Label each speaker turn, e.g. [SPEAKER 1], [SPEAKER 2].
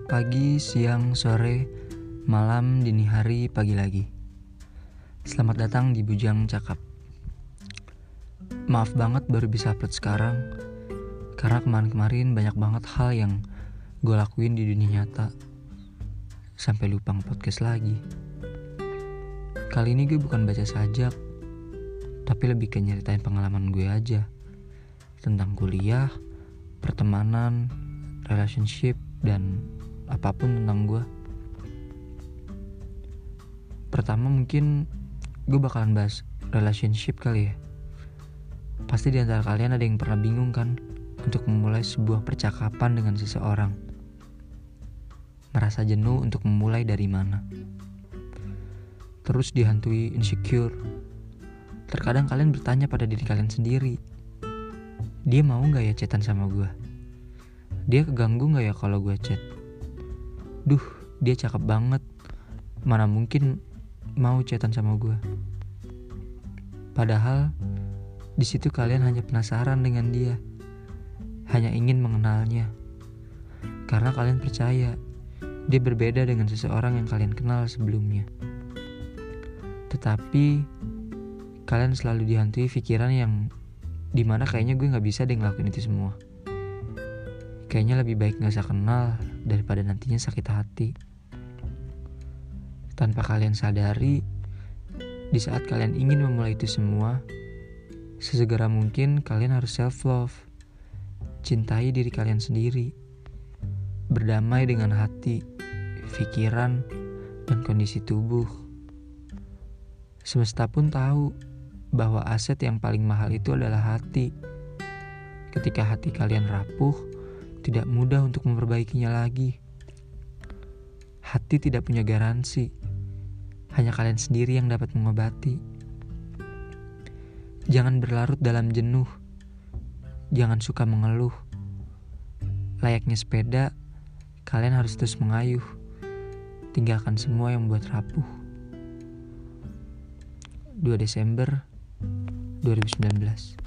[SPEAKER 1] Pagi, siang, sore, malam, dini hari, pagi lagi. Selamat datang di Bujang Cakap. Maaf banget baru bisa upload sekarang, karena kemarin-kemarin banyak banget hal yang gue lakuin di dunia nyata, sampai lupa nge-podcast lagi. Kali ini gue bukan baca sajak, tapi lebih ke nyeritain pengalaman gue aja, tentang kuliah, pertemanan, relationship, dan apapun tentang gue. Pertama mungkin gue bakalan bahas relationship kali ya. Pasti di antara kalian ada yang pernah bingung kan untuk memulai sebuah percakapan dengan seseorang. Merasa jenuh untuk memulai dari mana. Terus dihantui insecure. Terkadang kalian bertanya pada diri kalian sendiri, dia mau gak ya chatan sama gue? Dia keganggu gak ya kalau gue chat? Duh, dia cakep banget, mana mungkin mau chatan sama gue. Padahal di situ kalian hanya penasaran dengan dia, hanya ingin mengenalnya, karena kalian percaya dia berbeda dengan seseorang yang kalian kenal sebelumnya. Tetapi kalian selalu dihantui pikiran yang dimana kayaknya gue gak bisa deh ngelakuin itu semua. Kayaknya lebih baik gak usah kenal daripada nantinya sakit hati. Tanpa kalian sadari, di saat kalian ingin memulai itu semua, sesegera mungkin kalian harus self-love. Cintai diri kalian sendiri. Berdamai dengan hati, pikiran, dan kondisi tubuh. Semesta pun tahu bahwa aset yang paling mahal itu adalah hati. Ketika hati kalian rapuh, tidak mudah untuk memperbaikinya lagi. Hati tidak punya garansi, hanya kalian sendiri yang dapat mengobati. Jangan berlarut dalam jenuh, jangan suka mengeluh. Layaknya sepeda, kalian harus terus mengayuh. Tinggalkan semua yang membuat rapuh. 2 Desember 2019.